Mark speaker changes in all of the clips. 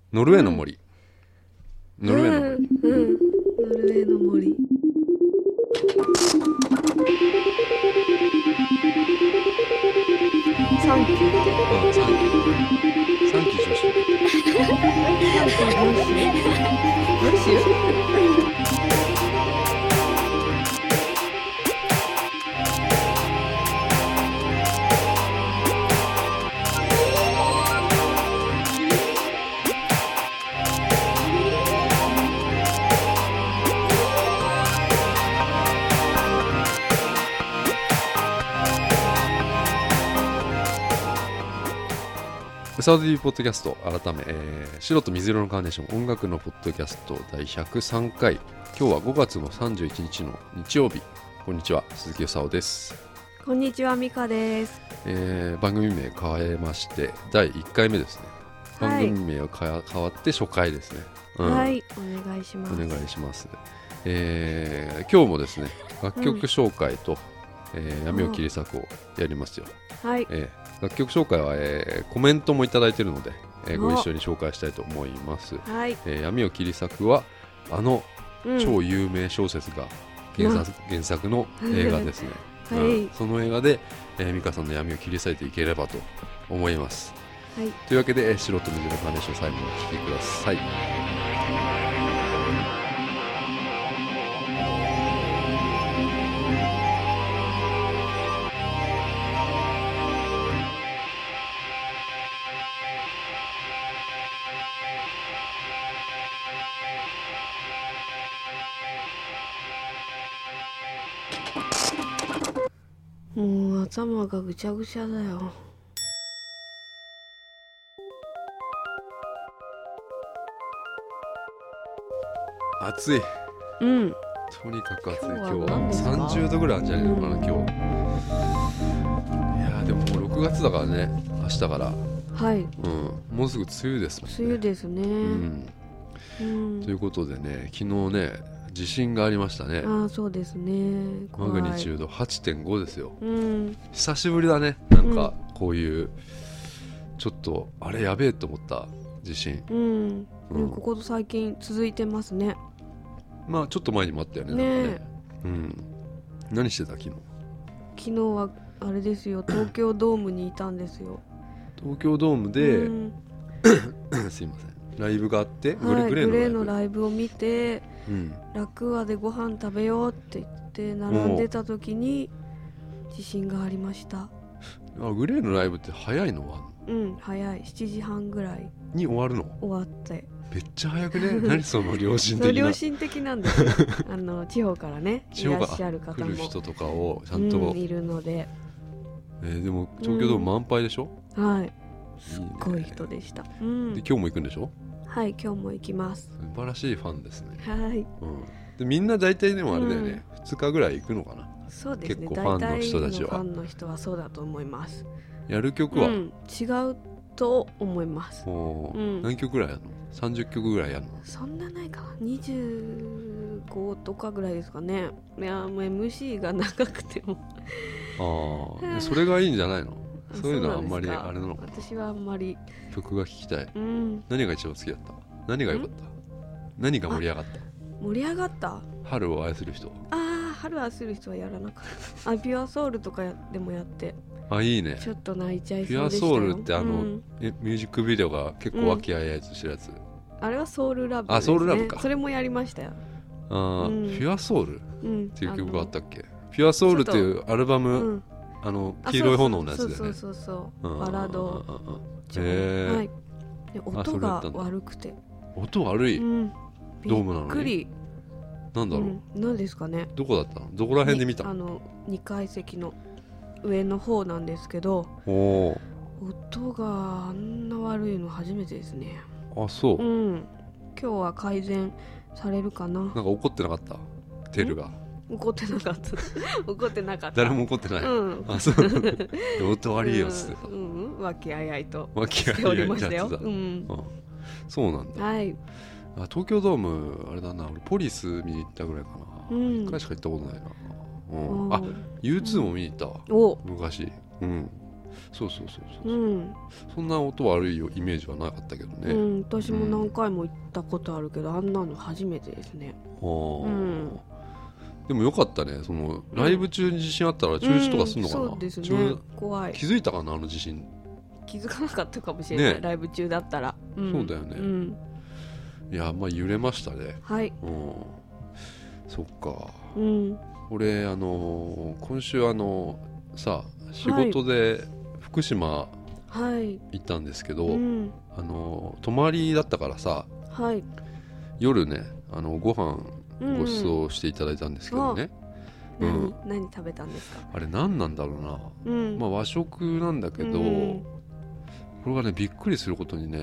Speaker 1: ノルウェーの森、ノルウェーの森、
Speaker 2: ノルウェーの森。サンキュー。
Speaker 1: サンキュー女子。
Speaker 2: 女子？
Speaker 1: サウディポッドキャスト改め、白と水色のカーネーション音楽のポッドキャスト第103回。今日は5月の31日の日曜日。こんにちは、鈴木よです。
Speaker 2: こんにちは、ミカです。
Speaker 1: 番組名変えまして第1回目ですね。番組名が変わって初回ですね、
Speaker 2: はい、お願いします。
Speaker 1: お願いします。今日もですね、楽曲紹介と、闇を切り裂くをやりますよ。
Speaker 2: はい、
Speaker 1: 楽曲紹介は、コメントもいただいているので、ご一緒に紹介したいと思います。
Speaker 2: はい、
Speaker 1: 闇を切り裂くは超有名小説が原作の映画ですね、
Speaker 2: はい、
Speaker 1: その映画で、美香さんの闇を切り裂いていければと思います。
Speaker 2: はい、
Speaker 1: というわけで、白と水のカーネーション最後までお聴きください。
Speaker 2: もう頭がぐちゃぐちゃだよ。
Speaker 1: 暑い。
Speaker 2: うん。
Speaker 1: とにかく暑い。今日
Speaker 2: 今日は
Speaker 1: は
Speaker 2: 何ですか
Speaker 1: 30度ぐらいあるんじゃないのかな、今日。いやでももう6月だからね、明日から。
Speaker 2: はい。
Speaker 1: もうすぐ梅雨ですもんね。
Speaker 2: 梅雨ですね。
Speaker 1: ということでね、昨日ね、地震がありましたね。
Speaker 2: ああ、そうですね。
Speaker 1: マグニチュード 8.5 ですよ。久しぶりだね。なんかこういう、ちょっとあれやべえと思った地震。
Speaker 2: ここ最近続いてますね。
Speaker 1: まあちょっと前にもあったよね。なんかね。何してた昨日？
Speaker 2: 昨日はあれですよ、東京ドームにいたんですよ。
Speaker 1: 東京ドームで、すいません、ライブがあって、
Speaker 2: グレーのライブを見て、ラクアでご飯食べようって言って並んでた時に地震がありました。
Speaker 1: グレーのライブって早いのは？
Speaker 2: 早い。7時半ぐらい
Speaker 1: に終わるの？
Speaker 2: 終わって。
Speaker 1: めっちゃ早くね。何その良心的な。
Speaker 2: 良心的なんですよ。地方からね、いらっしゃる方も
Speaker 1: 来る人とかをちゃんと、
Speaker 2: いるので。
Speaker 1: でも東京ドーム満杯でしょ？
Speaker 2: はい、すっごい人でした。で
Speaker 1: 今日も行くんでしょ？
Speaker 2: はい、今日も行きます。
Speaker 1: 素晴らしいファンですね。
Speaker 2: はい。
Speaker 1: でみんな大体でもあれだよね、2日ぐらい行くのかな。
Speaker 2: そうですね、
Speaker 1: 結構ファンの人たちは。
Speaker 2: ファンの人はそうだと思います。
Speaker 1: やる曲は、
Speaker 2: 違うと思います。
Speaker 1: 何曲ぐらいやるの？30曲ぐらいやるの？
Speaker 2: そんなないかな、25とかぐらいですかね。いや、もう MC が長くても
Speaker 1: それがいいんじゃないの？そういうのはあんまりあれなのかな。
Speaker 2: 私はあんまり
Speaker 1: 曲が聴きたい。何が一番好きだった？何が良かった？何が盛り上がった？
Speaker 2: 盛り上がった。
Speaker 1: 春を愛する人。
Speaker 2: 春を愛する人はやらなかった。ピュアソウルとかでもやって、
Speaker 1: いいね。
Speaker 2: ちょっと泣いちゃいそうでしたよ。
Speaker 1: ピュアソウルってミュージックビデオが結構和気あいあいとしてるやつ。
Speaker 2: あれはソウルラブですね。
Speaker 1: ソウルラブか。
Speaker 2: それもやりましたよ。
Speaker 1: ピュアソウルっていう曲があったっけ？ピュアソウルっていうアルバム、黄色い炎のやつだよね。
Speaker 2: そうバラード。はい。音が悪くて。
Speaker 1: 音悪い？ドームなのに。びっくり。なんだろう。
Speaker 2: 何ですかね。
Speaker 1: どこだったの？どこら辺で見た？
Speaker 2: 2階席の上の方なんですけど、音があんな悪いの初めてですね。
Speaker 1: そう。
Speaker 2: 今日は改善されるかな。
Speaker 1: なんか怒ってなかった？テルが。
Speaker 2: 怒ってなかった。怒ってなかった。
Speaker 1: 誰も怒ってない。そう。音悪いよっつってた。
Speaker 2: 和気あいあいと
Speaker 1: して
Speaker 2: おりましたよ。
Speaker 1: そうなんだ。
Speaker 2: はい。
Speaker 1: 東京ドームあれだな、俺ポリス見に行ったぐらいかな。1回しか行ったことないな。U2 も見に行ったわ。昔。 そうそうそうそう、
Speaker 2: うん、
Speaker 1: そんな音悪いよイメージはなかったけどね、
Speaker 2: うん、私も何回も行ったことあるけど、あんなの初めてですね。
Speaker 1: はあ、
Speaker 2: うん、
Speaker 1: でもよかったね。そのライブ中に地震あったら中止とかするのかな、
Speaker 2: そうですね。怖い。
Speaker 1: 気づいたかな、あの地震。
Speaker 2: 気づかなかったかもしれない、
Speaker 1: ね、
Speaker 2: ライブ中だったら、
Speaker 1: そうだよね、いや、まあ揺れましたね。
Speaker 2: はい、
Speaker 1: そっか、俺今週さ仕事で福島行ったんですけど、泊まりだったからさ、夜ねご飯ご馳走していただいたんですけどね、
Speaker 2: 何食べたんですか？
Speaker 1: あれ何なんだろうな、まあ和食なんだけど、これがねびっくりすることにね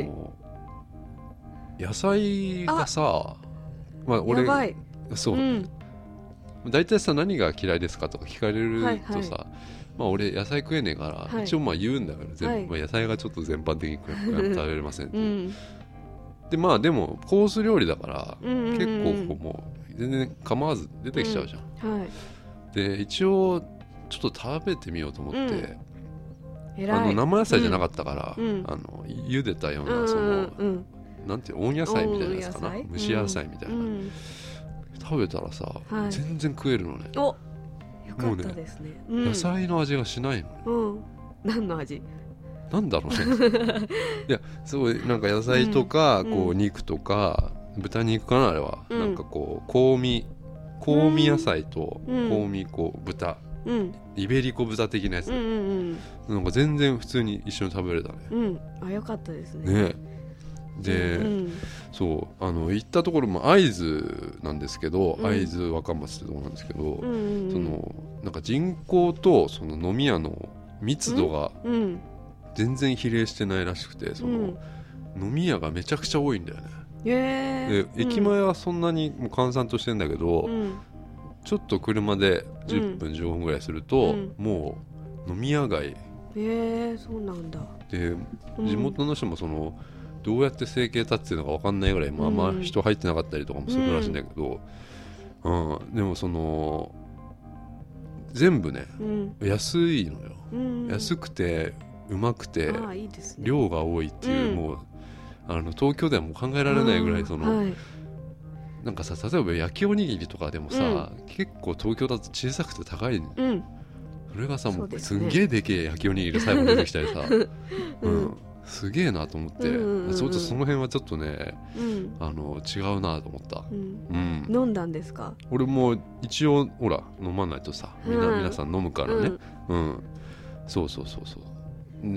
Speaker 1: 野菜がさ、まあ俺
Speaker 2: やばい、
Speaker 1: そう、大体さ何が嫌いですかとか聞かれるとさ、まあ俺野菜食えねえから、一応まあ言うんだからまあ、野菜がちょっと全般的に食べれませんってで、まあでもコース料理だから、結構もう全然構わず出てきちゃうじゃん、で一応ちょっと食べてみようと思って、生野菜じゃなかったから、茹でたようなその、なんていう温野菜みたいなやつかな、蒸し野菜みたいな、食べたらさ、全然食えるのね。
Speaker 2: よかったですね。
Speaker 1: 野菜の味がしないのね。
Speaker 2: 何の味
Speaker 1: なんだろうねいやすごいなんか野菜とか、こう肉とか豚肉かなあれは、なんかこう香味野菜と香味こう豚、イベリコ豚的なやつ、なんか全然普通に一緒に食べれたね。
Speaker 2: あ、よかったですね。
Speaker 1: で、そう行ったところも会津なんですけど、会津若松ってとこなんですけど、そのなんか人口とその飲み屋の密度が全然比例してないらしくて、その飲み屋がめちゃくちゃ多いんだよね。で駅前はそんなにもう閑散としてんだけど、ちょっと車で10分15分ぐらいすると、もう飲み屋街、
Speaker 2: そうなんだ。
Speaker 1: で地元の人もそのどうやって生計立ってるのか分かんないぐらい、まあまあ人入ってなかったりとかもするらしいんだけど、でもその全部ね、安いのよ、安くてうまくて、量が多いっていう、もう東京ではもう考えられないぐらいその、なんかさ、例えば焼きおにぎりとかでもさ、結構東京だと小さくて高い、それがさもうすんげえでけえ焼きおにぎりが最後出てきたりさ、すげえなと思って、その辺はちょっとね、違うなと思った、
Speaker 2: 飲んだんですか？
Speaker 1: 俺も一応ほら飲まないとさ、皆さん飲むからね、そうそうそうそう。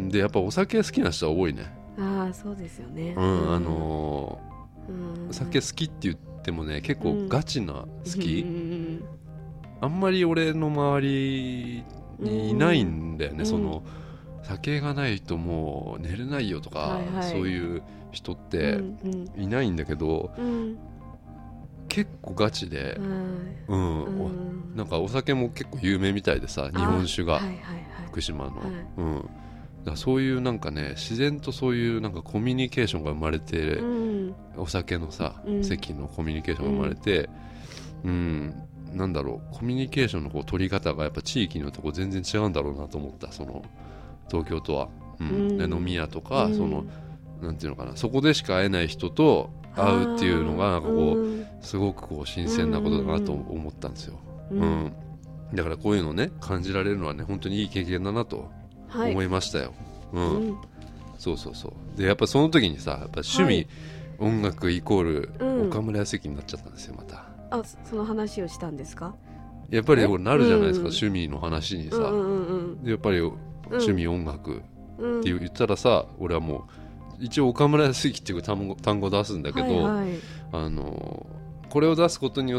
Speaker 1: でやっぱお酒好きな人は多いね。
Speaker 2: ああ、そうですよね。
Speaker 1: お酒好きって言ってもね、結構ガチな好き、あんまり俺の周りにいないんだよね、その酒がないともう寝れないよとか、そういう人っていないんだけど、結構ガチで、なんかお酒も結構有名みたいでさ、日本酒が福島の、だそういうなんかね、自然とそういうなんかコミュニケーションが生まれて、お酒のさ、席のコミュニケーションが生まれて、なんだろう、コミュニケーションのこう取り方がやっぱ地域によってこう全然違うんだろうなと思った。その東京とは、で飲み屋とか、そのなんていうのかな、そこでしか会えない人と会うっていうのがなんかこう、すごくこう新鮮なことだなと思ったんですよ。だからこういうのね感じられるのはね、本当にいい経験だなと思いましたよ。そうそうそう。でやっぱその時にさ、やっぱ趣味、音楽イコール岡村康之になっちゃったんですよ、また。
Speaker 2: あ、その話をしたんですか？
Speaker 1: やっぱりこれなるじゃないですか、趣味の話にさ、でやっぱり趣味音楽って言ったらさ、俺はもう一応岡村康之っていう単語出すんだけど、これを出すことによって、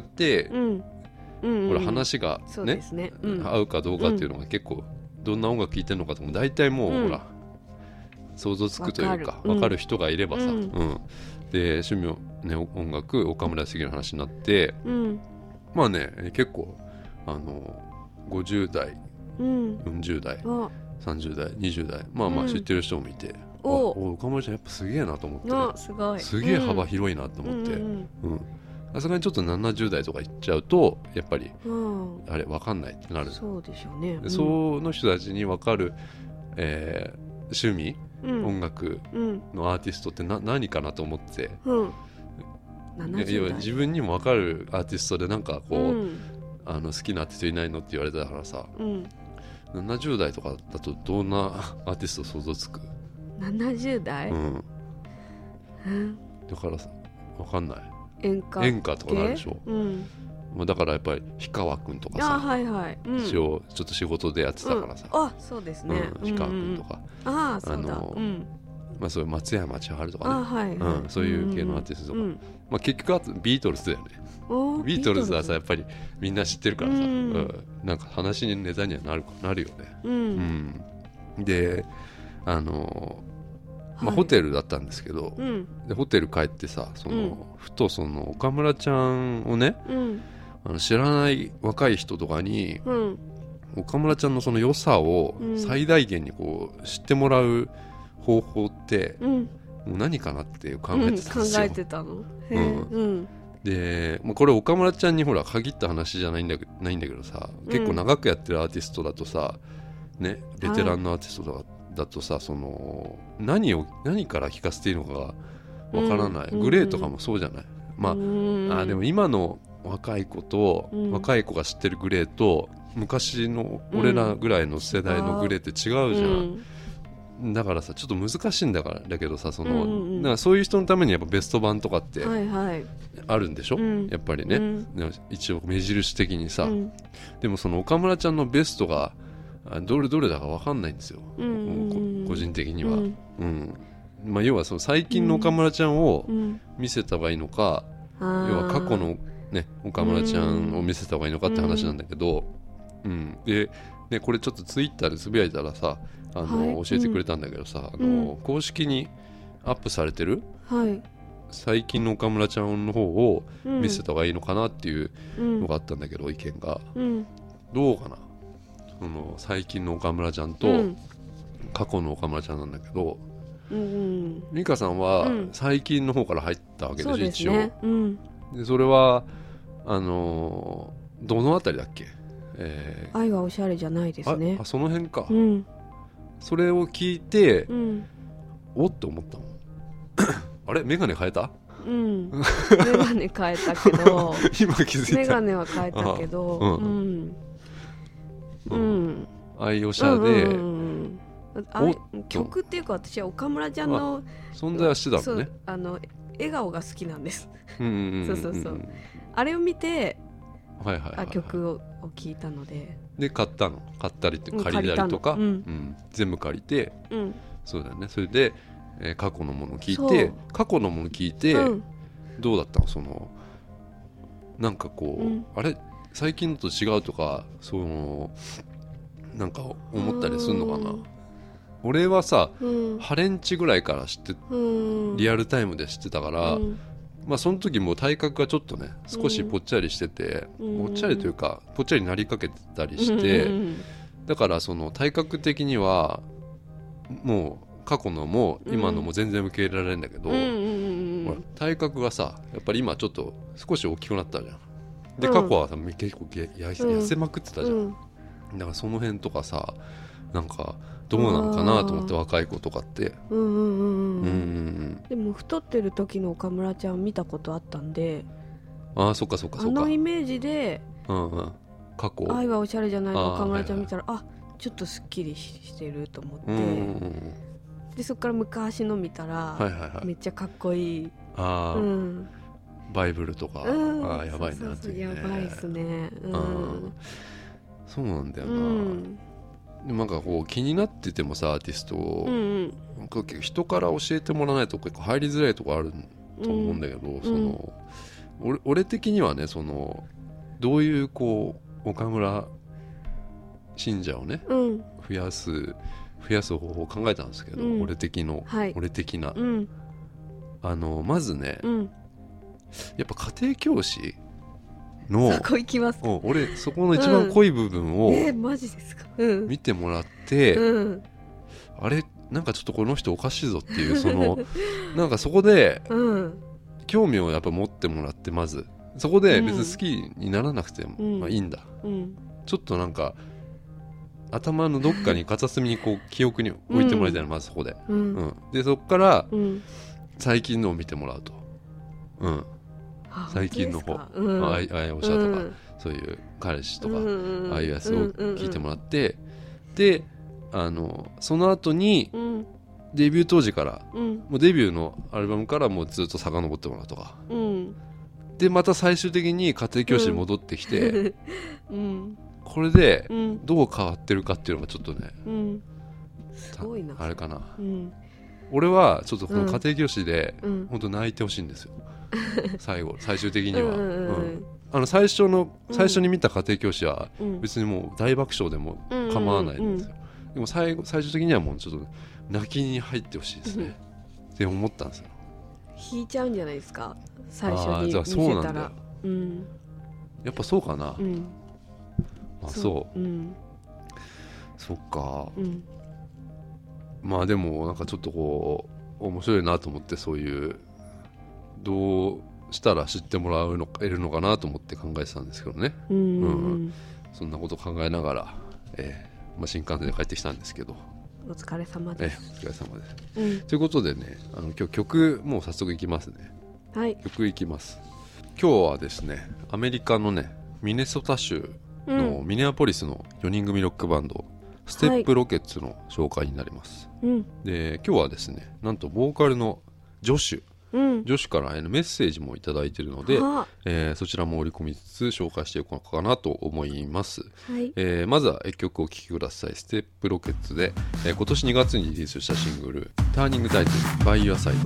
Speaker 1: ほら話がね、合うかどうかっていうのが結構、どんな音楽聴いてるのかとかも大体もう、ほら想像つくというか分かる人がいればさ、で趣味を、ね、音楽岡村康之の話になって、まあね結構50代、40代、30代、20代、まあまあ知ってる人もいて、岡村ちゃんやっぱすげえなと思って、すげえ幅広いなと思って、さすがにちょっと70代とかいっちゃうとやっぱり、あれ分かんないってなる。
Speaker 2: そうでしょうね。
Speaker 1: でその人たちに分かる趣味、音楽
Speaker 2: うん
Speaker 1: のアーティストって何かなと思って、
Speaker 2: うん
Speaker 1: 要は自分にも分かるアーティストでなんかこう、
Speaker 2: うん
Speaker 1: 好きなアーティストいないのって言われたからさ、
Speaker 2: うん
Speaker 1: 70代とかだとどんなアーティスト想像つく？
Speaker 2: 70代、
Speaker 1: うん
Speaker 2: うん
Speaker 1: だからさ分かんない。
Speaker 2: 演歌
Speaker 1: とかなるでしょ、
Speaker 2: うん
Speaker 1: まあ、だからやっぱり氷川君とかさ、
Speaker 2: はいはい、
Speaker 1: 一応ちょっと仕事でやってたからさ、
Speaker 2: あそうですね、
Speaker 1: 氷川君とか、
Speaker 2: そうだ、
Speaker 1: まあ、そういう松山千春とかね、
Speaker 2: はい
Speaker 1: そういう系のアーティストとか、まあ、結局はビートルズだよね。ビートルズはさやっぱりみんな知ってるからさ、なんか話にネタにはなるよね、でまあ、ホテルだったんですけど、でホテル帰ってさふとその岡村ちゃんをね、知らない若い人とかに、岡村ちゃんのその良さを最大限にこう知ってもらう方法って、もう何かなって考えてたんですよ。
Speaker 2: 考えてたの。
Speaker 1: で、まあ、これ岡村ちゃんにほら限った話じゃないんだけどさ、結構長くやってるアーティストだとさ、ね、ベテランのアーティストとかだとさ、その何から聞かせていいのかがわからない、グレーとかもそうじゃない、まあ、でも今の若い子が知ってるグレーと昔の俺らぐらいの世代のグレーって違うじゃん、だからさちょっと難しいんだけどさ、だからそういう人のためにやっぱベスト版とかってあるんでしょ、やっぱりね、一応目印的にさ、でもその岡村ちゃんのベストがどれだか分かんないんですよ、個人的には、まあ、要はその最近の岡村ちゃんを見せた方がいいのか、要は過去の、ね、岡村ちゃんを見せた方がいいのかって話なんだけど、で、ね、これちょっとツイッターでつぶやいたらさ教えてくれたんだけどさ、公式にアップされてる、最近の岡村ちゃんの方を見せた方がいいのかなっていうのがあったんだけど、意見が、どうかな、その最近の岡村ちゃんと過去の岡村ちゃんなんだけど、美香さんは最近の方から入ったわけでしょ、一応。でそれはどのあたりだっけ？
Speaker 2: 愛はおしゃれじゃないですね。
Speaker 1: その辺か、それを聞いて、おって思ったもんあれメガネ変えた？メ
Speaker 2: ガネ変えたけど
Speaker 1: 今気づいた。
Speaker 2: メガネは変えたけど、
Speaker 1: 愛おしゃで、
Speaker 2: 曲っていうか私は岡村ちゃんの
Speaker 1: 存在はしてたもんね。
Speaker 2: 笑顔が好きなんです。そうあれを見て曲を聴いたので、
Speaker 1: 買ったりって借りたりとか、全部借りて、そうだよね。それで、過去のものを聞いてどうだったの？そのなんかこう、あれ最近のと違うとか、そのなんか思ったりするのかな。俺はさ、ハレンチぐらいから知って、リアルタイムで知ってたから、まあその時も体格がちょっとね少しぽっちゃりしてて、ぽっちゃりというかぽっちゃりになりかけてたりして、だからその体格的にはもう過去のも今のも全然受け入れられるんだけど、ほら体格がさやっぱり今ちょっと少し大きくなったじゃん。で過去はさ結構痩せまくってたじゃん。だからその辺とかさなんかどうなのかなと思って、若い子とかって。で
Speaker 2: も太ってる時の岡村ちゃん見たことあったんで、
Speaker 1: そっか
Speaker 2: あのイメージで、
Speaker 1: 過去
Speaker 2: 愛はおしゃれじゃないの岡村ちゃん見たら、ちょっとすっきりしてると思って、でそっから昔の見たら、めっちゃかっこいい。
Speaker 1: バイブルとか、やばいなっていうね。
Speaker 2: やばいっすね。
Speaker 1: そうなんだよな。でもなんかこう気になっててもさ、アーティストを、人から教えてもらわないと結構入りづらいとこあると思うんだけど、その俺的にはね、そのどういうこう岡村信者をね、増やす方法を考えたんですけど、俺的な、まずね、やっぱ家庭教師の
Speaker 2: そこ行きますか。
Speaker 1: 俺そこの一番濃い部分を
Speaker 2: マジですか、
Speaker 1: 見てもらって、あれなんかちょっとこの人おかしいぞっていうそのなんかそこで興味をやっぱ持ってもらって、まずそこで別に好きにならなくても、いいんだ、ちょっとなんか頭のどっかに片隅にこう記憶に置いてもらいたいの、まずそこで、でそこから、最近のを見てもらうと、最近の方、あやおしゃとか、そういう彼氏とか、ああいうやつを聞いてもらって、でその後に、デビュー当時から、もうデビューのアルバムからもうずっと遡ってもらうとか、でまた最終的に家庭教師に戻ってきて、これでどう変わってるかっていうのがちょっとね、
Speaker 2: すごいな、
Speaker 1: あれかな、俺はちょっとこの家庭教師で本当泣いてほしいんですよ、最終的には。最初に見た家庭教師は別にもう大爆笑でも構わないんですよ。でも最終的にはもうちょっと泣きに入ってほしいですね、って思ったんですよ。
Speaker 2: 引いちゃうんじゃないですか、最初に見せたら。
Speaker 1: そうなんだよ、やっぱそうかな、そう、そっか、まあでもなんかちょっとこう面白いなと思って、そういうどうしたら知ってもらえるのかなと思って考えてたんですけどね、そんなこと考えながら、新幹線で帰ってきたんですけど、
Speaker 2: お疲れ様です。
Speaker 1: お疲れ様です、ということでね、今日曲もう早速いきますね。
Speaker 2: はい、
Speaker 1: 曲いきます。今日はですね、アメリカのねミネソタ州のミネアポリスの4人組ロックバンド、ステップロケッツの紹介になります、で今日はですね、なんとボーカルのジョシュからメッセージもいただいているので、そちらも織り込みつつ紹介していこうかなと思います、まずは1曲お聴きください。ステップロケッツで、今年2月にリリースしたシングルターニングタイトル By Your Side。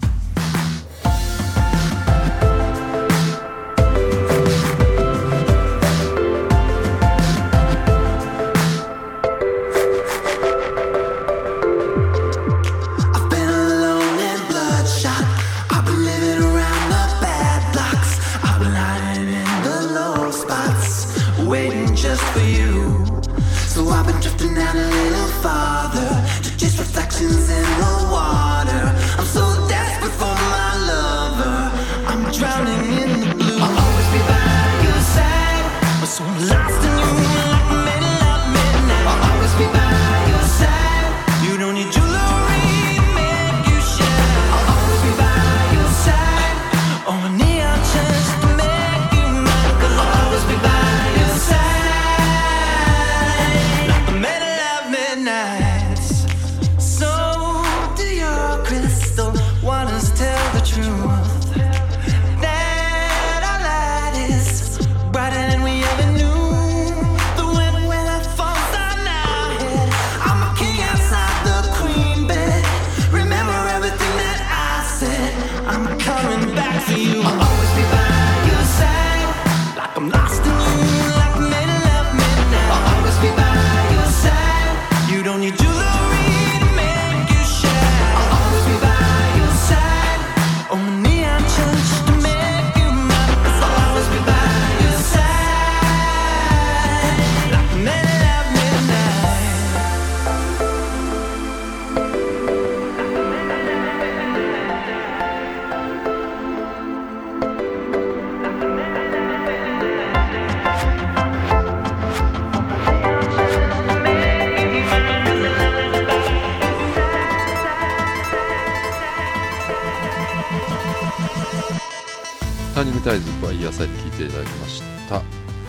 Speaker 1: ターニングタイズバイヤーサイド聞いていただきました。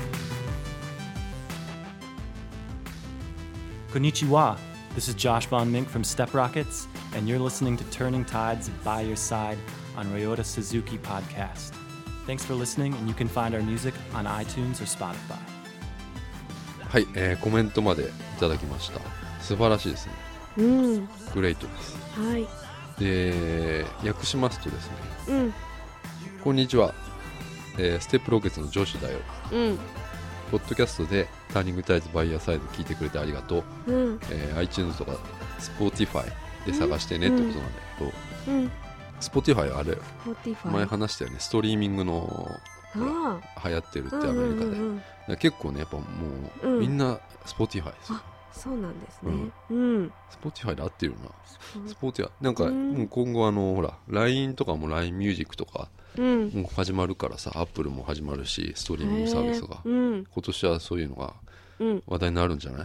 Speaker 3: Konnichiwa. This is Josh Von Mink from Step Rockets, and you're listening to Turning Tides by Your Side on Ryota Suzuki Podcast. Thanks for listening, and you can find our music on iTunes or Spotify.
Speaker 1: はい、コメントまでいただきました。素晴らしいですね。グレートです。
Speaker 2: はい。
Speaker 1: で、訳しますとですね。こんにちは、ステップロケッツのジョシュだよ。ポッドキャストでターニングタイズバイヤーサイド聞いてくれてありがとう。iTunes とか Spotify で探してねってことなんだけど、Spotify はあれ前話したよね、ストリーミングの流行ってるってアメリカで、結構ねやっぱもう、みんな Spotify ですよ。
Speaker 2: そうなんですね。
Speaker 1: Spotify で合ってるよな。Spotify なんか、もう今後ほら LINE とかも LINE ミュージックとかもう始まるからさ、Apple も始まるし、ストリーミングサービスが、今年はそういうのが話題になるんじゃない？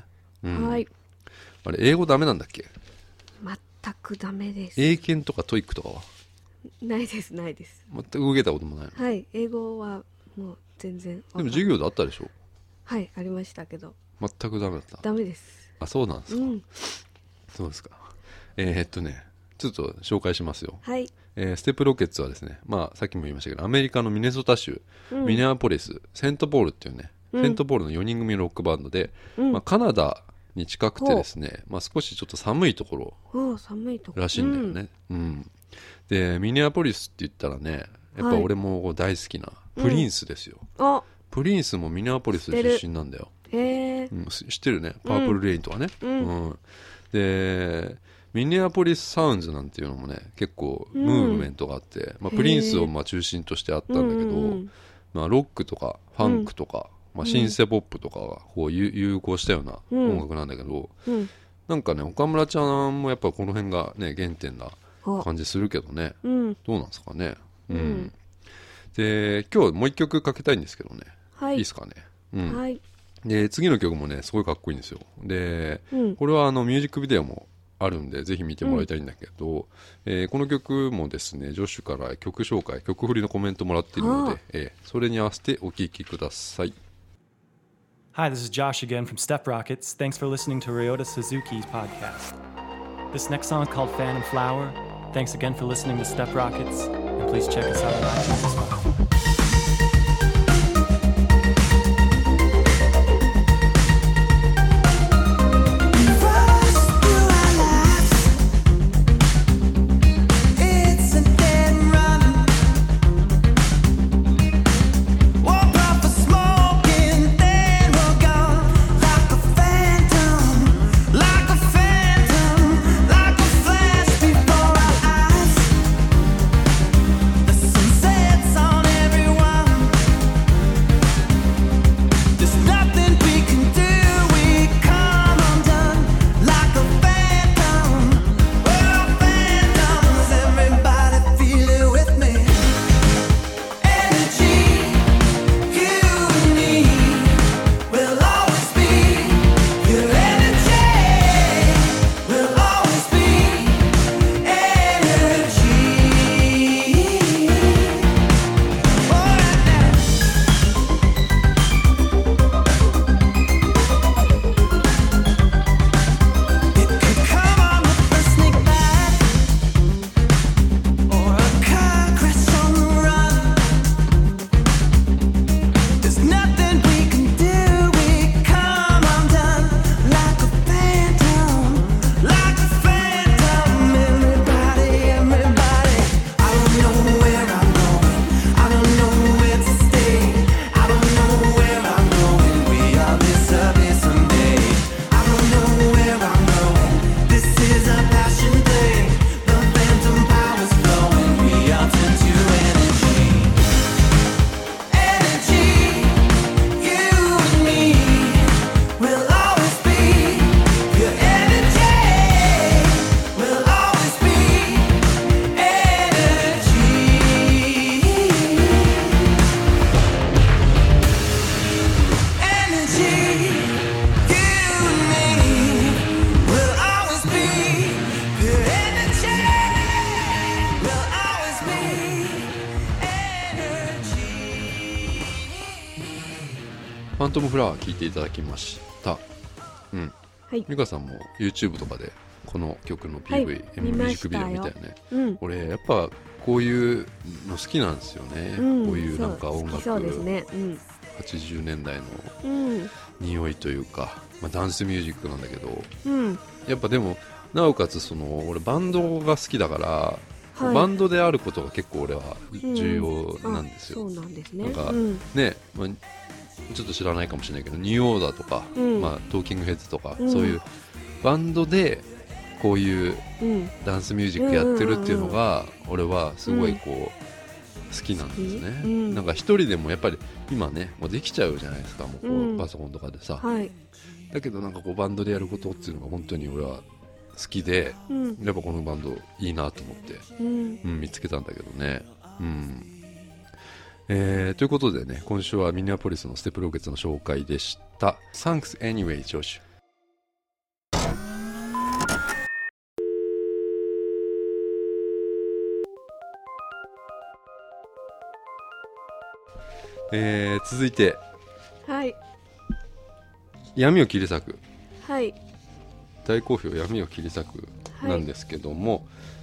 Speaker 2: はい。
Speaker 1: あれ英語ダメなんだっけ？
Speaker 2: 全くダメです。
Speaker 1: 英検とかトイックとかは
Speaker 2: ないですないです。
Speaker 1: 全く受けたこともないの？
Speaker 2: はい、英語はもう全然。
Speaker 1: でも授業であったでしょ？
Speaker 2: はい、ありましたけど
Speaker 1: 全くダメだった？
Speaker 2: ダメです。
Speaker 1: あ、そうなんですか、そうですか。ちょっと紹介しますよ。
Speaker 2: はい。
Speaker 1: ステップロケッツはですね、さっきも言いましたけど、アメリカのミネソタ州、ミネアポリスセントポールっていうね、セントポールの4人組ロックバンドで、カナダに近くてですね、少しちょっと寒いところらしいんだよね。でミネアポリスって言ったらね、やっぱ俺も大好きなプリンスですよ。プリンスもミネアポリス出身なんだよ。知ってるね、パープルレインとかね。でミネアポリスサウンズなんていうのもね結構ムーブメントがあって、プリンスを中心としてあったんだけど、ロックとかファンクとか、シンセポップとかがこう融合したような音楽なんだけど、なんかね岡村ちゃんもやっぱこの辺がね原点な感じするけどね、どうなんですかね。で今日もう一曲かけたいんですけどね、いいですかね。
Speaker 2: はい。
Speaker 1: で次の曲もねすごいかっこいいんですよ。で、これはミュージックビデオもあるんでぜひ見てもらいたいんだけど、この曲もですねジョシュから曲紹介曲振りのコメントもらっているので、それに合わせてお聴きください。
Speaker 3: Hi, this is Josh again from Step Rockets. Thanks for listening to Ryota Suzuki's podcast. This next song is called Phantom Flower. Thanks again for listening to Step Rockets, and please check us out on iTunes as well.
Speaker 1: ファントムフラワー聴いていただきました。はい、美香さんも YouTube とかでこの曲の PV、ミュージックビデオ見たよね。俺やっぱこういうの好きなんですよね、こういうなんか音楽、そうですね、80年代の匂いというか、ダンスミュージックなんだけど、やっぱでもなおかつ俺バンドが好きだから、バンドであることが結構俺は重要なんですよ。そうなんですね。なんかね、ちょっと知らないかもしれないけどニューオーダーとか、トーキングヘッズとか、そういうバンドでこういうダンスミュージックやってるっていうのが俺はすごいこう好きなんですね。なんか一人でもやっぱり今ねもうできちゃうじゃないですか、もうこうパソコンとかでさ、だけどなんかこうバンドでやることっていうのが本当に俺は好きで、やっぱこのバンドいいなと思って、見つけたんだけどね。ということでね、今週はミネアポリスのステップロケッツの紹介でした。Thanks anyway, Josh. 続いて
Speaker 2: はい
Speaker 1: 闇を切り裂く、
Speaker 2: はい、
Speaker 1: 大好評闇を切り裂くなんですけども、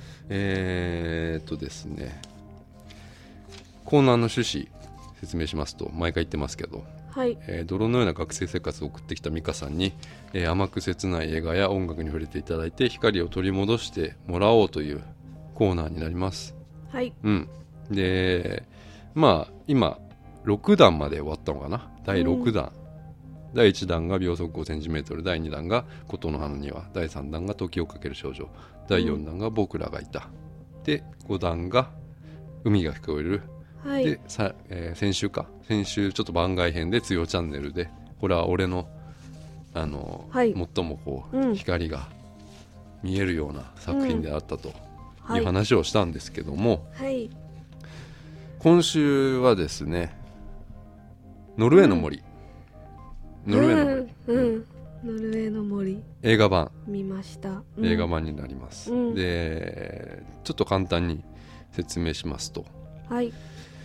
Speaker 1: ですね、コーナーの趣旨説明しますと、毎回言ってますけど、
Speaker 2: はい、
Speaker 1: 泥のような学生生活を送ってきた美香さんに、甘く切ない映画や音楽に触れていただいて光を取り戻してもらおうというコーナーになります。
Speaker 2: はい、
Speaker 1: うん、でまあ今6弾まで終わったのかな。第6弾、第1弾が秒速 5cm、 第2弾が琴の葉の庭、第3弾が時をかける少女、第4弾が僕らがいた、で5弾が海が聞こえる、
Speaker 2: はい、
Speaker 1: で先週ちょっと番外編でつよチャンネルでこれは俺の
Speaker 2: はい、
Speaker 1: 最もこう、光が見えるような作品であったという話をしたんですけども、
Speaker 2: はい、
Speaker 1: 今週はですねノルウェーの森、ノルウェーの森、
Speaker 2: ノルウェーの森
Speaker 1: 映画版
Speaker 2: 見ました、
Speaker 1: 映画版になります、でちょっと簡単に説明しますと、
Speaker 2: はい、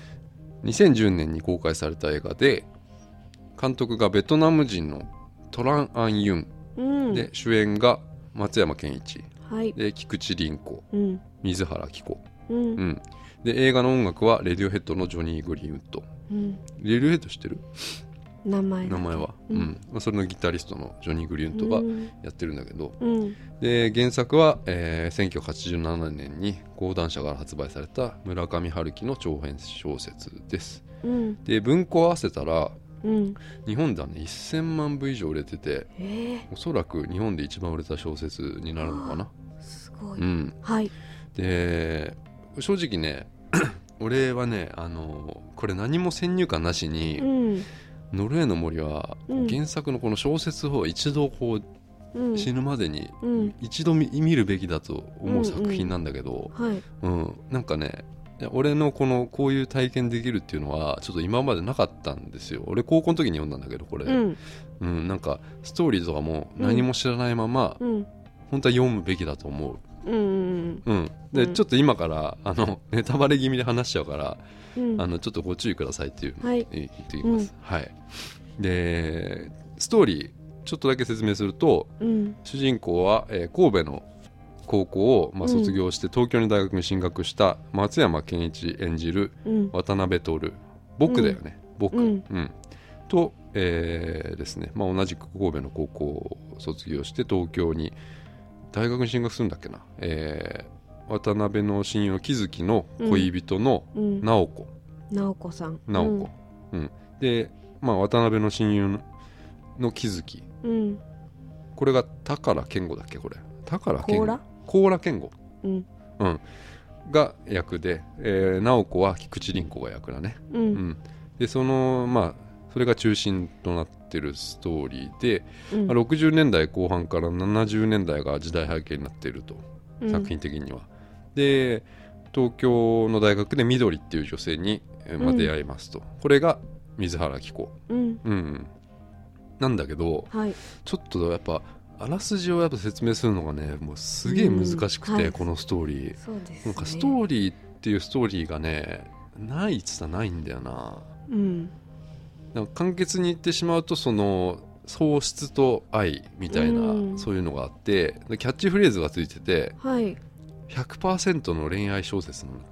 Speaker 1: 2010年に公開された映画で監督がベトナム人のトラン・アン・ユン、で主演が松山ケンイチ、
Speaker 2: はい、
Speaker 1: で菊池凛子、水原希子、で映画の音楽はレディオヘッドのジョニー・グリーンウッド、レディオヘッド知ってる？名前は、それのギタリストのジョニー・グリーンウッドがやってるんだけど、で原作は、1987年に講談社から発売された村上春樹の長編小説です、で文庫合わせたら、日本ではね1000万部以上売れてて、おそらく日本で一番売れた小説になるのかな。
Speaker 2: すごい、
Speaker 1: はい、で正直ね俺はねこれ何も先入観なしに、ノルウェーの森は原作のこの小説を一度こう、死ぬまでに一度見るべきだと思う作品なんだけど、なんかね俺のこういう体験できるっていうのはちょっと今までなかったんですよ。俺高校の時に読んだんだけどこれ、なんかストーリーとかも何も知らないまま、本当は読むべきだと思う。でちょっと今からネタバレ気味で話しちゃうから、ちょっとご注意くださいっていうのを言ってきます、でストーリーちょっとだけ説明すると、主人公は、神戸の高校を、卒業して東京の大学に進学した松山ケンイチ演じる渡辺徹、僕だよね、僕、と、ですね、同じく神戸の高校を卒業して東京に大学に進学するんだっけな、渡辺の親友の木月の恋人の直子さん、で、渡辺の親友の木月、これが宝健吾だっけ、これ宝健吾、高良健吾、が役で、直子は菊池凛子が役だね、でそれが中心となってるストーリーで、60年代後半から70年代が時代背景になっていると、作品的には。で東京の大学で緑っていう女性に、出会いますと、これが水原希子、なんだけど、ちょっとやっぱあらすじをやっぱ説明するのがねもうすげえ難しくて、このストーリー、なんかストーリーっていうストーリーがねないっつったらないんだよな。なんか簡潔に言ってしまうとその喪失と愛みたいな、そういうのがあってキャッチフレーズがついてて、100% の恋愛小説なんだって、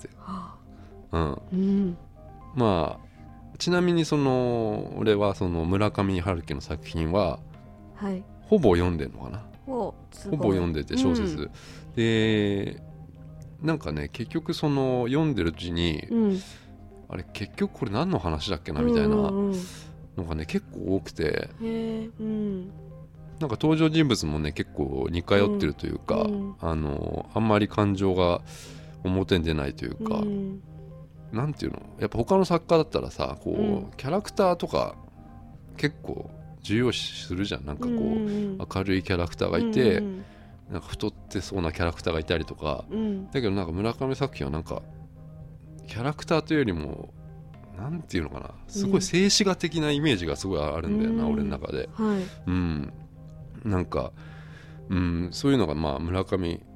Speaker 1: ちなみに俺はその村上春樹の作品は、ほぼ読んでるのかな、ほぼ読んでて小説、でなんかね結局読んでるうちに、あれ結局これ何の話だっけなみたいなのがね結構多くて、なんか登場人物もね結構似通ってるというか、あんまり感情が表に出ないというか、なんていうの、やっぱ他の作家だったらさこう、キャラクターとか結構重要視するじゃん。なんかこう、明るいキャラクターがいて、なんか太ってそうなキャラクターがいたりとか、だけどなんか村上作品はなんかキャラクターというよりもなんていうのかな、すごい静止画的なイメージがすごいあるんだよな、俺の中で、なんか、そういうのが村上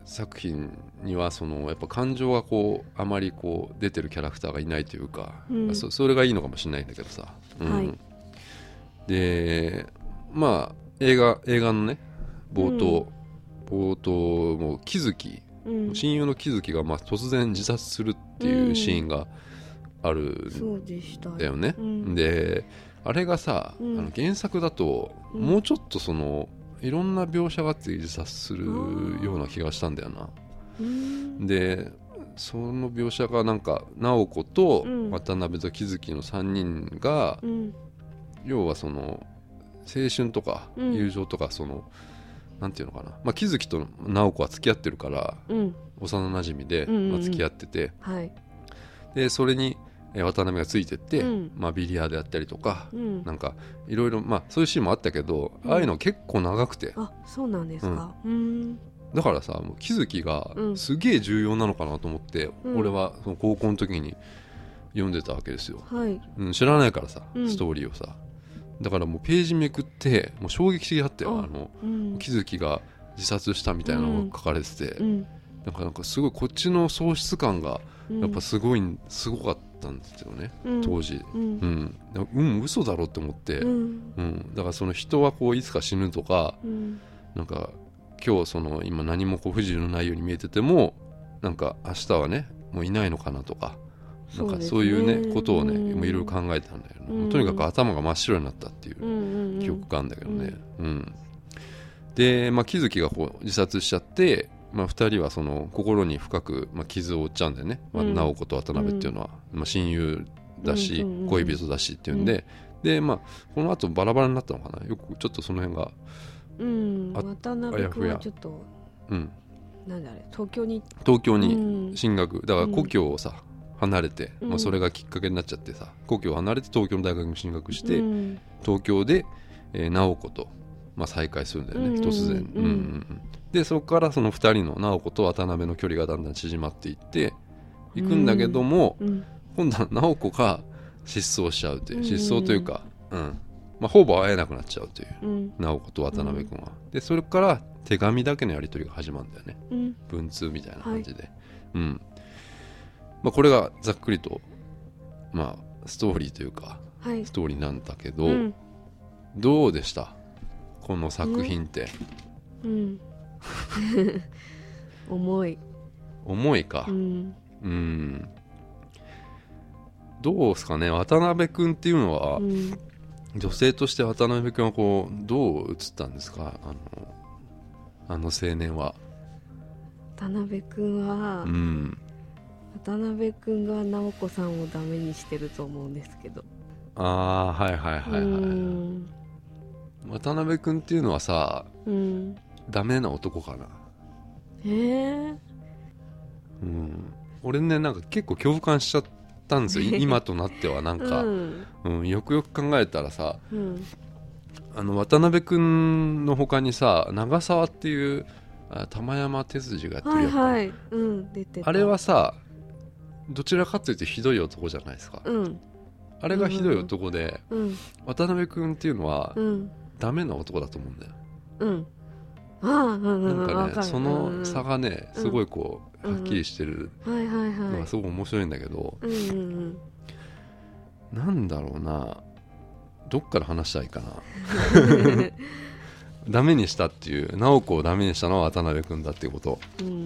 Speaker 1: 作品にはやっぱ感情がこうあまりこう出てるキャラクターがいないというか、それがいいのかもしれないんだけどさ、
Speaker 2: はい、
Speaker 1: でまあ映画のね冒頭もう木月、親友の木月がまあ突然自殺するっていうシーンがあるんだよね、であれがさ、原作だともうちょっといろんな描写があって自殺するような気がしたんだよな。でその描写がなんか直子と渡辺と木月の3人が、要は青春とか友情とかなんていうのかな、まあ、木月と直子は付き合ってるから、幼なじみで、まあ、付き合ってて、
Speaker 2: はい、
Speaker 1: でそれに渡辺がついてって、まあ、ビリヤードやったりとか、なんかいろいろ、まあ、そういうシーンもあったけど、ああいうの結構長くて、
Speaker 2: あ、そうなんですか、
Speaker 1: だからさもう木月がすげえ重要なのかなと思って、俺はその高校の時に読んでたわけですよ、
Speaker 2: はい、
Speaker 1: 知らないからさ、ストーリーをさ、だからもうページめくってもう衝撃的だったよ。木月が自殺したみたいなのが書かれてて、なんかすごいこっちの喪失感がやっぱすごかったんですよね、当時。嘘だろって思って、だからその人はこういつか死ぬとか、なんか今日今何もこう不自由のないように見えてても、なんか明日はねもういないのかなとか、なんかそういうねことをねいろいろ考えてたんだよね、とにかく頭が真っ白になったっていう記憶があるんだけどね、で、まあ、木月がこう自殺しちゃって、まあ、2人は心に深く、まあ、傷を負っちゃうんだよね、まあ、直子と渡辺っていうのは、まあ、親友だし、恋人だしっていうんで、で、まあ、この後バラバラになったのかな、よくちょっとその辺が、
Speaker 2: 渡辺君はちょっと、なんだあれ、東京に
Speaker 1: 進学、だから故郷をさ、離れて、まあ、それがきっかけになっちゃってさ、故郷を離れて東京の大学に進学して、東京で、直子と、まあ、再会するんだよね、突然、でそこからその2人の直子と渡辺の距離がだんだん縮まっていっていくんだけども、今度は直子が失踪しちゃうという、失踪というか、まあ、ほぼ会えなくなっちゃうという、直子と渡辺君は、でそれから手紙だけのやり取りが始まるんだよね、文通みたいな感じで、まあ、これがざっくりと、まあ、ストーリーというか、ストーリーなんだけど、どうでしたこの作品って？重いか、どうですかね。渡辺君っていうのは、女性として渡辺君はこうどう映ったんですか、あの青年は。
Speaker 2: 渡辺君は、渡辺君が直子さんをダメにしてると思うんですけど。
Speaker 1: ああ、はいはいはいはい。渡辺君っていうのはさ、ダメな男かな。俺ね、なんか結構共感しちゃったんですよ今となっては。なんか、よくよく考えたらさ、渡辺君の他にさ、長澤っていう玉山哲司がやってるやつ、
Speaker 2: 出てた。
Speaker 1: あれはさ、どちらかというとひどい男じゃないですか、あれがひどい男で、渡辺君っていうのは、ダメな男だと思うんだよ。なんかね、その差がね、すごいこうはっきりしてるのがすごく面白いんだけど、なんだろうな、どっから話したらいいかなダメにしたっていう、直子をダメにしたのは渡辺君だっていうこと、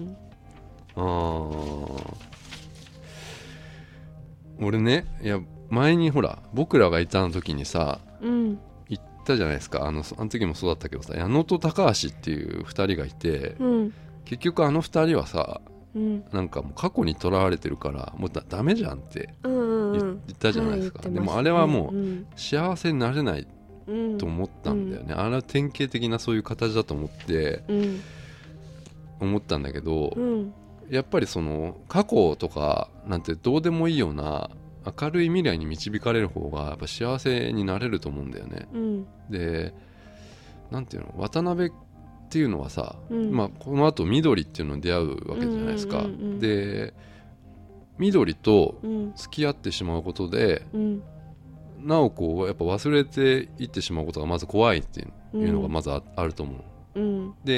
Speaker 1: 俺ね、いや前にほら僕らがいたの時にさ、言ったじゃないですか、あの時もそうだったけどさ、矢野と高橋っていう2人がいて、結局あの2人はさ、なんかもう過去にとらわれてるからもうダメじゃんって言ったじゃないですか、でもあれはもう幸せになれないと思ったんだよね、あれは典型的なそういう形だと思って、思ったんだけど、やっぱりその過去とかなんてどうでもいいような明るい未来に導かれる方がやっぱ幸せになれると思うんだよね、でなんていうの、渡辺っていうのはさ、まあ、この後緑っていうのに出会うわけじゃないですか、で緑と付き合ってしまうことで、直子をやっぱ忘れていってしまうことがまず怖いっていうのがまずあると思う、で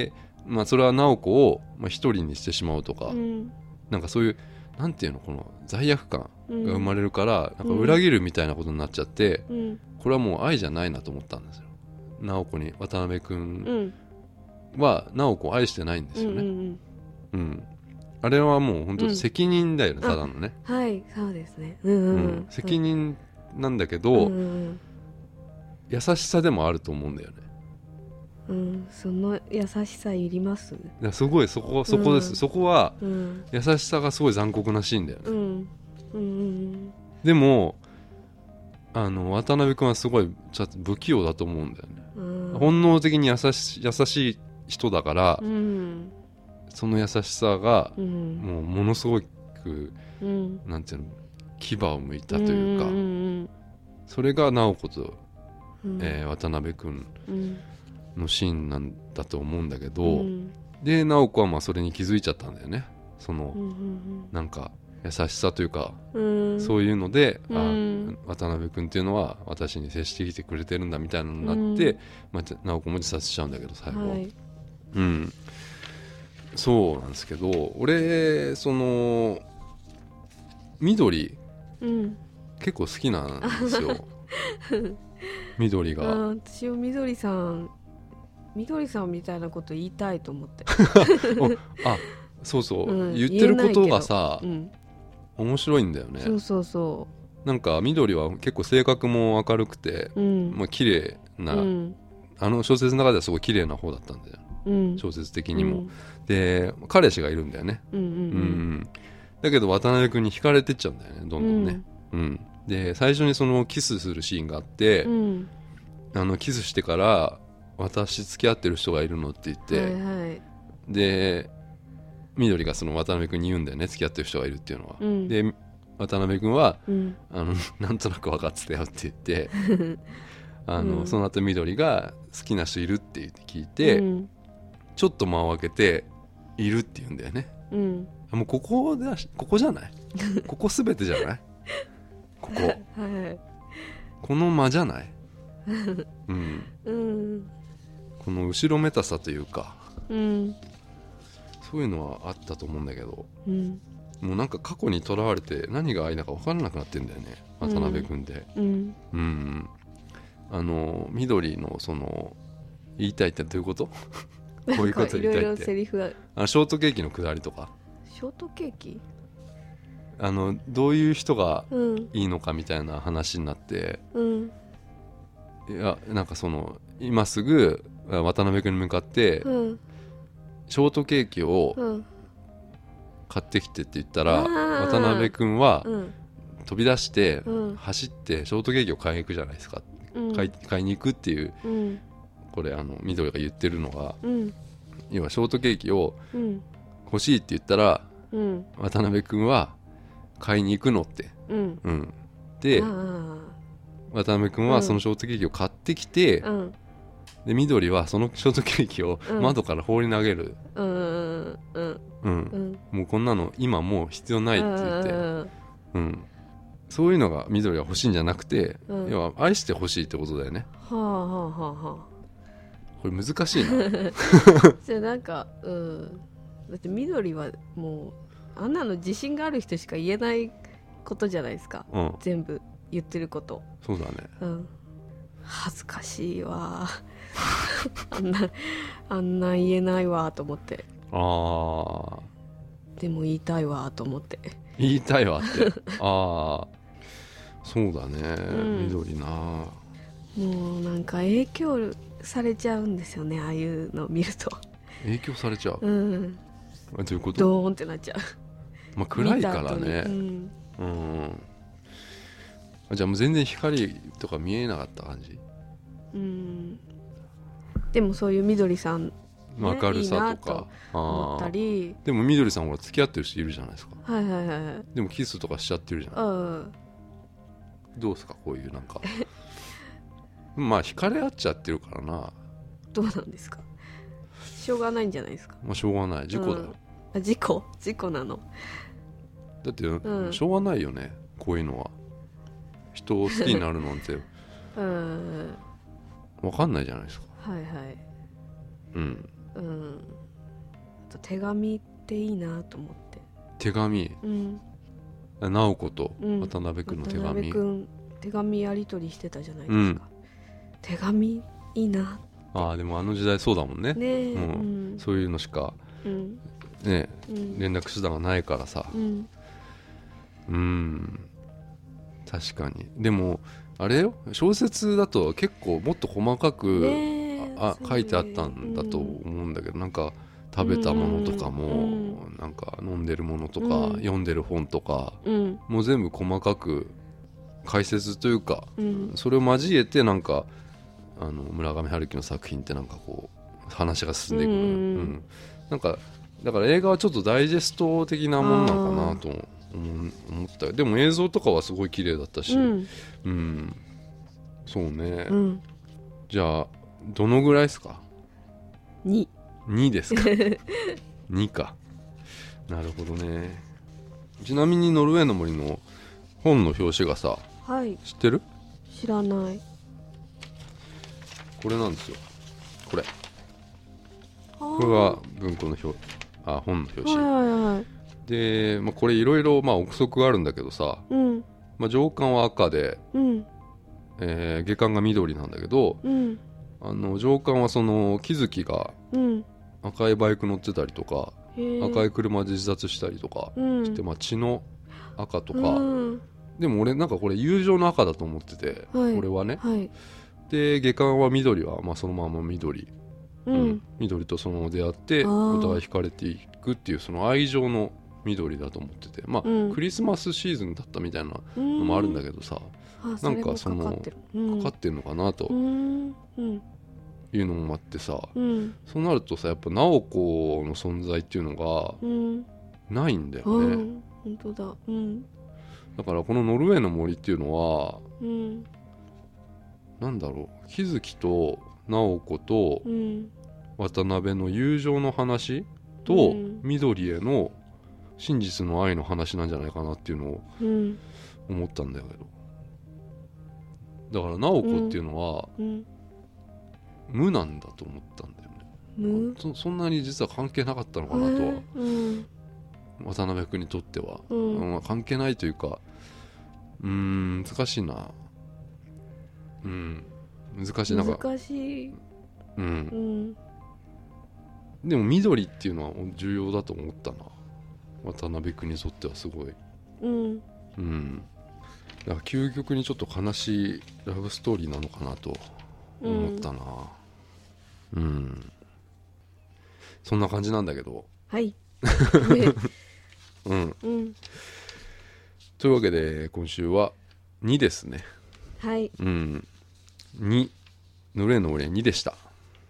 Speaker 1: まあそれは直子を一人にしてしまうとか、
Speaker 2: うん、
Speaker 1: なんかそういうなんていうのこの罪悪感が生まれるから、
Speaker 2: うん、
Speaker 1: なんか裏切るみたいなことになっちゃって、
Speaker 2: うん、
Speaker 1: これはもう愛じゃないなと思ったんですよ。直子に渡辺君は直子を愛してないんですよね。うん、あれはもう本当責任だよね、ただのね。
Speaker 2: はいそうですね。
Speaker 1: 責任なんだけど、優しさでもあると思うんだよね。
Speaker 2: その優しさいります。
Speaker 1: すごいそこです、そこは、優しさがすごい残酷なシーンだよね。でも渡辺君はすごいちょっと不器用だと思うんだよね。本能的に優しい人だから、その優しさが、もうものすごく、なんていうの牙を向いたというか、それが直子と、渡辺君のシーンなんだと思うんだけど、で直子はまあそれに気づいちゃったんだよね。その、なんか優しさというか、そういうので、渡辺君っていうのは私に接してきてくれてるんだみたいなのになって、直子も自殺しちゃうんだけど最後、そうなんですけど、俺その緑、結構好きなんですよ緑が。
Speaker 2: 私も緑さんみたいなこと言いたいと思って
Speaker 1: あ、そうそう、言ってることがさ、面白いんだよね。そうなんか緑は結構性格も明るくて、まあ綺麗な、小説の中ではすごい綺麗な方だったんだよ、小説的にも。で彼氏がいるんだよね。だけど渡辺君に惹かれてっちゃうんだよね、どんどんね。で最初にそのキスするシーンがあって、キスしてから私付き合ってる人がいるのって言って、で緑がその渡辺君に言うんだよね、付き合ってる人がいるっていうのは。で渡辺君は、なんとなく分かってたよって言ってその後緑が好きな人いるって言って聞いて、ちょっと間を空けているって言うんだよね。もうここじゃないここ全てじゃないここ、この間じゃないこの後ろめたさというか、そういうのはあったと思うんだけど、もうなんか過去にとらわれて何が愛だか分からなくなってんだよね、渡辺君って。緑のその言いたいってどういうことこういうこと言いたいって、いろいろセリフがショートケーキのくだりとか。
Speaker 2: ショートケーキ
Speaker 1: どういう人がいいのかみたいな話になって、いやなんかその今すぐ渡辺君に向かって、ショートケーキを買ってきてって言ったら、渡辺君は飛び出して走ってショートケーキを買いに行くじゃないですか、買いに行くっていう、これ緑が言ってるのが、要はショートケーキを欲しいって言ったら、渡辺君は買いに行くのって、で渡辺君はそのショートケーキを買ってきて、で緑はそのショートケーキを窓から放り投げる、もうこんなの今もう必要ないって言って、そういうのが緑は欲しいんじゃなくて、要は愛してほしいってことだよね。これ難しいな
Speaker 2: じゃあなんか、だって緑はもうあんなの自信がある人しか言えないことじゃないですか、全部言ってること。
Speaker 1: そうだね、
Speaker 2: 恥ずかしいわあんな言えないわと思って。でも言いたいわと思って。
Speaker 1: 言いたいわってそうだね、緑な。
Speaker 2: もうなんか影響されちゃうんですよね、ああいうのを見ると。
Speaker 1: 影響されちゃう、どういうこと？
Speaker 2: ドーンってなっちゃう。
Speaker 1: 暗いからね。じゃあもう全然光とか見えなかった感じ。
Speaker 2: でもそういう緑さん、
Speaker 1: 明るさとか
Speaker 2: 思ったり。
Speaker 1: でも緑さんほら付き合ってる人いるじゃないですか。
Speaker 2: で
Speaker 1: もキスとかしちゃってるじゃない。どうですかこういうなんかまあ惹かれ合っちゃってるからな。
Speaker 2: どうなんですか？しょうがないんじゃないですか。
Speaker 1: しょうがない、事故だよ。
Speaker 2: 事故なの。
Speaker 1: だってしょうがないよね、こういうのは。人を好きになるなんて分かんないじゃないですか。
Speaker 2: ぱ手紙っていいなと思って。
Speaker 1: 手紙、直子と渡辺君の手紙、
Speaker 2: 渡辺君手紙やり取りしてたじゃないですか、手紙いいな。
Speaker 1: でもあの時代そうだもんね。そういうのしか、連絡手段がないからさ。確かに。でもあれよ、小説だと結構もっと細かく、書いてあったんだと思うんだけど、なんか食べたものとかも、なんか飲んでるものとか、読んでる本とか、もう全部細かく解説というか、それを交えてなんか村上春樹の作品ってなんかこう話が進んでいくの、なんかだから映画はちょっとダイジェスト的なもんなのかなと思った。でも映像とかはすごい綺麗だったし、そうね、じゃあどのぐらいですか？2ですか2か。なるほどね。ちなみにノルウェーの森の本の表紙がさ、知ってる？
Speaker 2: 知らない。
Speaker 1: これなんですよ。これが文庫の本の表紙、で、これいろいろ憶測があるんだけどさ、上巻は赤で、下巻が緑なんだけど、上巻はその木月が赤いバイク乗ってたりとか、赤い車で自殺したりとかして、血の赤とか、でも俺なんかこれ友情の赤だと思ってて、俺はね、で下巻は緑はそのまま緑、緑とそのまま出会ってお互い惹かれていくっていう、その愛情の緑だと思ってて、クリスマスシーズンだったみたいなのもあるんだけどさ、なんかそのかかってんのかなというのもあってさ、そうなるとさ、やっぱ直子の存在っていうのがないんだよね。
Speaker 2: 本当だ。
Speaker 1: だからこのノルウェーの森っていうのは、なんだろう、木月と直子と渡辺の友情の話と、緑への真実の愛の話なんじゃないかなっていうのを思ったんだけど、だから直子っていうのは、無なんだと思ったんだよね。そんなに実は関係なかったのかなとは、渡辺君にとっては、関係ないというか、難しいな。難しい。
Speaker 2: 難しい。
Speaker 1: でも緑っていうのは重要だと思ったな、渡辺君にとってはすごい。だから究極にちょっと悲しいラブストーリーなのかなと思ったな。そんな感じなんだけど。というわけで今週は2ですね。2、ノルウェーの森は2でした。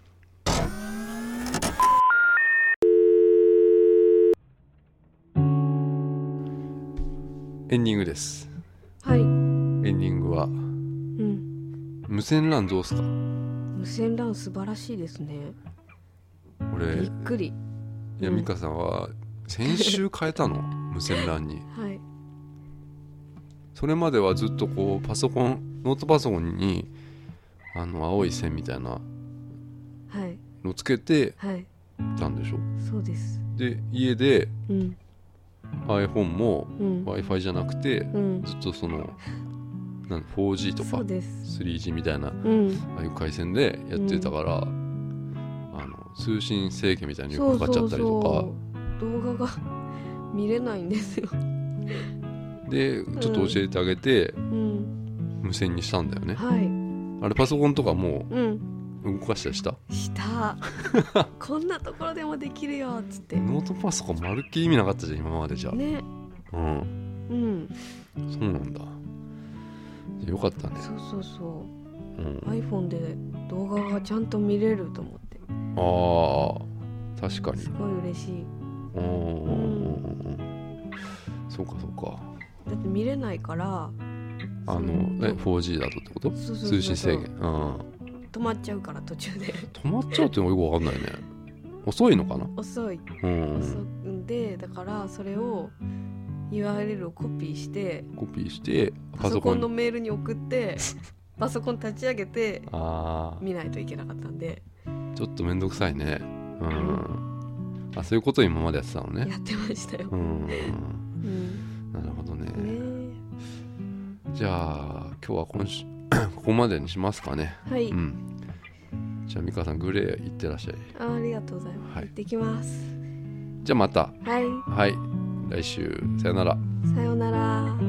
Speaker 1: エンディングです。エンディングは、無線 LAN どうすか？
Speaker 2: 無線 LAN 素晴らしいですね。
Speaker 1: 俺
Speaker 2: びっくり。
Speaker 1: いや、美香さんは先週変えたの無線 LAN に。それまではずっとこうノートパソコンに青い線みたいなのつけてたんでしょ？
Speaker 2: そうです。で
Speaker 1: 家で、iPhone も Wi-Fi じゃなくて、ずっとその4G とか 3G みたいな、ああいう回線でやってたから、通信制限みたいによくかかっちゃったりとか、
Speaker 2: 動画が見れないんですよ。
Speaker 1: でちょっと教えてあげて、無線にしたんだよね。あれパソコンとかも動かしたりした
Speaker 2: こんなところでもできるよっつって。
Speaker 1: ノートパソコンまるっきり意味なかったじゃん今まで。じゃあね、そうなんだ。よかったね。
Speaker 2: そう、iPhone で動画がちゃんと見れると思って。
Speaker 1: 確かに
Speaker 2: すごい嬉しい。
Speaker 1: そうか
Speaker 2: だって見れないから、
Speaker 1: 4G だとってこと？通信制限。
Speaker 2: 止まっちゃうから途中で。
Speaker 1: 止まっちゃうってのがよくわかんないね。遅いのかな？
Speaker 2: 遅い。でだからそれを URL をコピーしてパソコンのメールに送ってパソコン立ち上げて見ないといけなかったんで、
Speaker 1: ちょっとめんどくさいね。 あ、そういうことを今までやってたのね。
Speaker 2: やってましたよ。
Speaker 1: なるほどね。じゃあ今日はここまでにしますかね。
Speaker 2: はい。
Speaker 1: じゃあ美香さんグレー行ってらっしゃい。
Speaker 2: ありがとうございます。行ってきます。
Speaker 1: じゃあまた。
Speaker 2: はい。
Speaker 1: 来週さよなら。
Speaker 2: さよなら。